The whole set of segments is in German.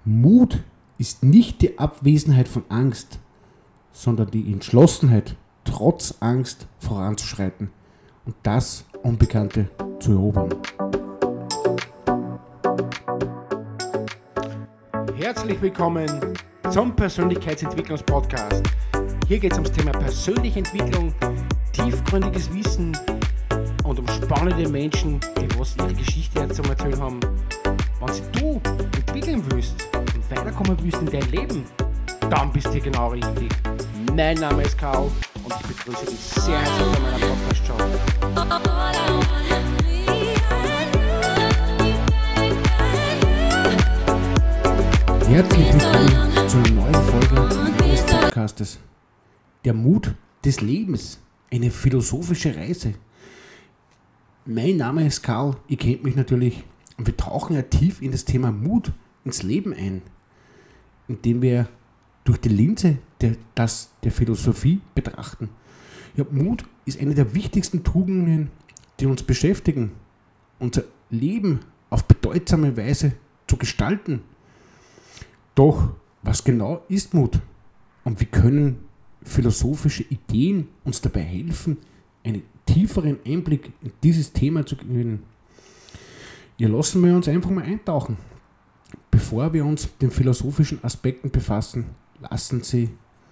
Mut ist nicht die Abwesenheit von Angst, sondern die Entschlossenheit, trotz Angst voranzuschreiten und das Unbekannte zu erobern. Herzlich willkommen zum Persönlichkeitsentwicklungspodcast. Hier geht es ums Thema persönliche Entwicklung, tiefgründiges Wissen und um spannende Menschen, die was ihre Geschichte zu erzählen haben. Wenn sie du entwickeln willst und weiterkommen willst in dein Leben, dann bist du hier genau richtig. Mein Name ist Karl und ich begrüße dich sehr herzlich bei meiner Podcast-Show. Herzlich willkommen zu einer neuen Folge des Podcastes. Der Mut des Lebens, eine philosophische Reise. Mein Name ist Karl, ihr kennt mich natürlich und wir tauchen ja tief in das Thema Mut ins Leben ein, indem wir durch die Linse der Philosophie betrachten. Ja, Mut ist eine der wichtigsten Tugenden, die uns beschäftigen, unser Leben auf bedeutsame Weise zu gestalten. Doch, was genau ist Mut? Und wie können philosophische Ideen uns dabei helfen, einen tieferen Einblick in dieses Thema zu gewinnen? Ja, lassen wir uns einfach mal eintauchen. Bevor wir uns mit den philosophischen Aspekten befassen, lassen Sie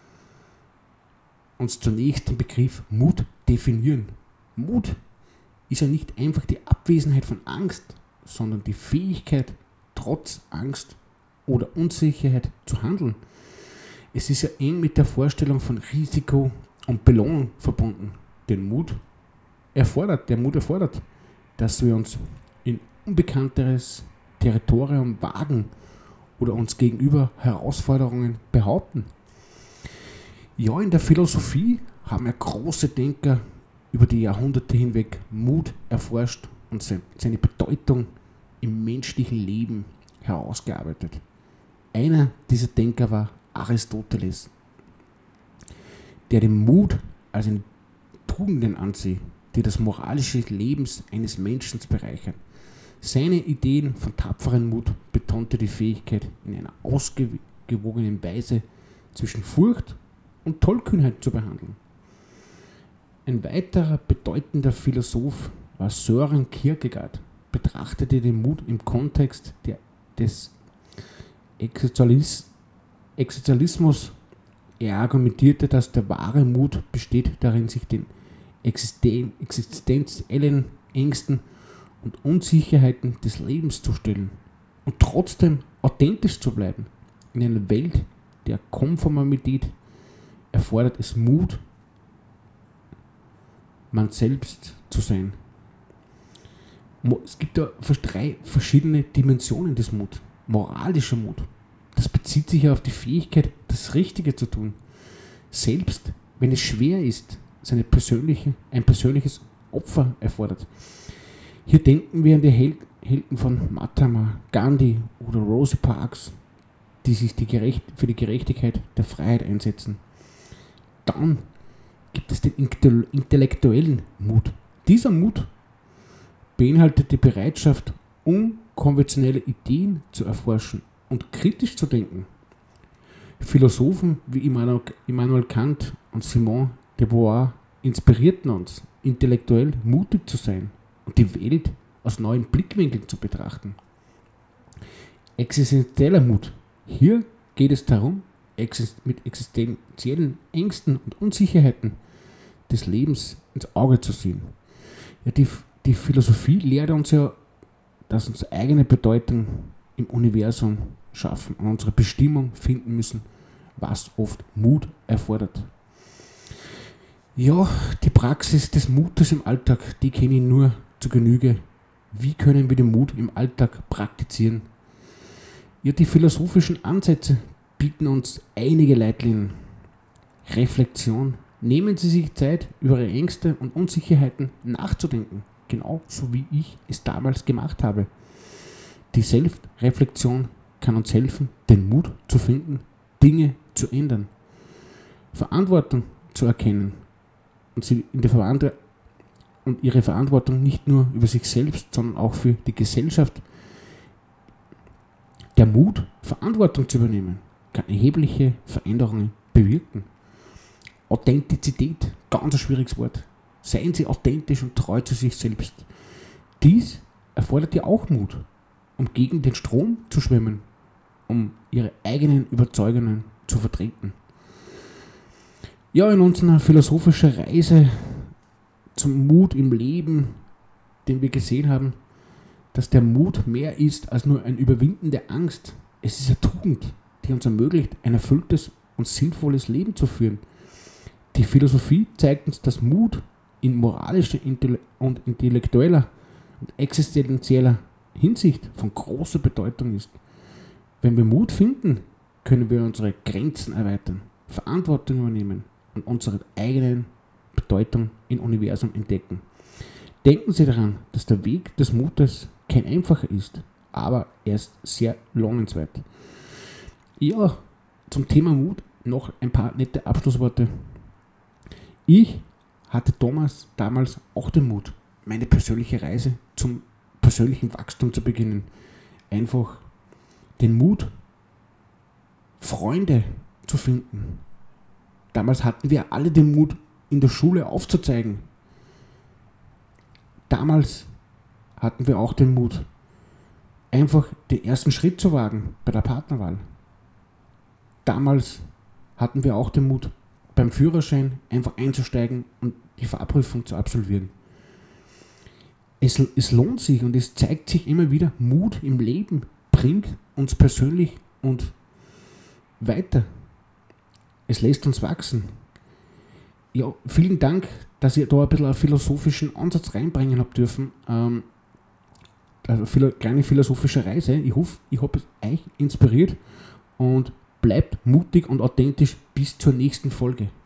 uns zunächst den Begriff Mut definieren. Mut ist ja nicht einfach die Abwesenheit von Angst, sondern die Fähigkeit, trotz Angst oder Unsicherheit zu handeln. Es ist ja eng mit der Vorstellung von Risiko und Belohnung verbunden. Der Mut erfordert, dass wir uns in unbekannteres Territorium wagen oder uns gegenüber Herausforderungen behaupten. Ja, in der Philosophie haben ja große Denker über die Jahrhunderte hinweg Mut erforscht und seine Bedeutung im menschlichen Leben herausgearbeitet. Einer dieser Denker war Aristoteles, der den Mut als eine Tugenden ansieht, die das moralische Leben eines Menschen bereichern. Seine Ideen von tapferen Mut betonte die Fähigkeit, in einer ausgewogenen Weise zwischen Furcht und Tollkühnheit zu behandeln. Ein weiterer bedeutender Philosoph war Søren Kierkegaard, betrachtete den Mut im Kontext des Existenzialismus. Er argumentierte, dass der wahre Mut besteht darin, sich den existenziellen Ängsten und Unsicherheiten des Lebens zu stellen und trotzdem authentisch zu bleiben. In einer Welt der Konformität erfordert es Mut, man selbst zu sein. Es gibt da 3 verschiedene Dimensionen des Muts. Moralischer Mut, das bezieht sich auf die Fähigkeit, das Richtige zu tun. Selbst wenn es schwer ist, ein persönliches Opfer erfordert. Hier denken wir an die Helden von Mahatma Gandhi oder Rosa Parks, die sich für die Gerechtigkeit der Freiheit einsetzen. Dann gibt es den intellektuellen Mut. Dieser Mut beinhaltet die Bereitschaft, unkonventionelle Ideen zu erforschen und kritisch zu denken. Philosophen wie Immanuel Kant und Simone de Beauvoir inspirierten uns, intellektuell mutig zu sein und die Welt aus neuen Blickwinkeln zu betrachten. Existenzieller Mut. Hier geht es darum, mit existenziellen Ängsten und Unsicherheiten des Lebens ins Auge zu sehen. Ja, die Philosophie lehrt uns ja, dass wir unsere eigene Bedeutung im Universum schaffen und unsere Bestimmung finden müssen, was oft Mut erfordert. Ja, die Praxis des Mutes im Alltag, die kenne ich nur zu Genüge. Wie können wir den Mut im Alltag praktizieren? Ja, die philosophischen Ansätze bieten uns einige Leitlinien. Reflexion. Nehmen Sie sich Zeit, über Ihre Ängste und Unsicherheiten nachzudenken, genauso wie ich es damals gemacht habe. Die Selbstreflexion kann uns helfen, den Mut zu finden, Dinge zu ändern, Verantwortung zu erkennen und ihre Verantwortung nicht nur über sich selbst, sondern auch für die Gesellschaft. Der Mut Verantwortung zu übernehmen kann erhebliche Veränderungen bewirken. Authentizität, ganz ein schwieriges Wort. Seien Sie authentisch und treu zu sich selbst. Dies erfordert ja auch Mut, um gegen den Strom zu schwimmen, um Ihre eigenen Überzeugungen zu vertreten. Ja, in unserer philosophischen Reise zum Mut im Leben, den wir gesehen haben, dass der Mut mehr ist als nur ein Überwinden der Angst. Es ist eine Tugend, die uns ermöglicht, ein erfülltes und sinnvolles Leben zu führen. Die Philosophie zeigt uns, dass Mut in moralischer und intellektueller und existenzieller Hinsicht von großer Bedeutung ist. Wenn wir Mut finden, können wir unsere Grenzen erweitern, Verantwortung übernehmen und unsere eigenen Bedeutung im Universum entdecken. Denken Sie daran, dass der Weg des Mutes kein einfacher ist, aber er ist sehr lohnenswert. Ja, zum Thema Mut noch ein paar nette Abschlussworte. Ich hatte damals auch den Mut, meine persönliche Reise zum persönlichen Wachstum zu beginnen. Einfach den Mut, Freunde zu finden. Damals hatten wir alle den Mut, in der Schule aufzuzeigen. Damals hatten wir auch den Mut, einfach den ersten Schritt zu wagen bei der Partnerwahl. Damals hatten wir auch den Mut, beim Führerschein einfach einzusteigen und die Fahrprüfung zu absolvieren. Es lohnt sich und es zeigt sich immer wieder, Mut im Leben bringt uns persönlich und weiter. Es lässt uns wachsen. Ja, vielen Dank, dass ihr da ein bisschen einen philosophischen Ansatz reinbringen habt dürfen. Also kleine philosophische Reise. Ich hoffe, ich habe euch inspiriert und bleibt mutig und authentisch bis zur nächsten Folge.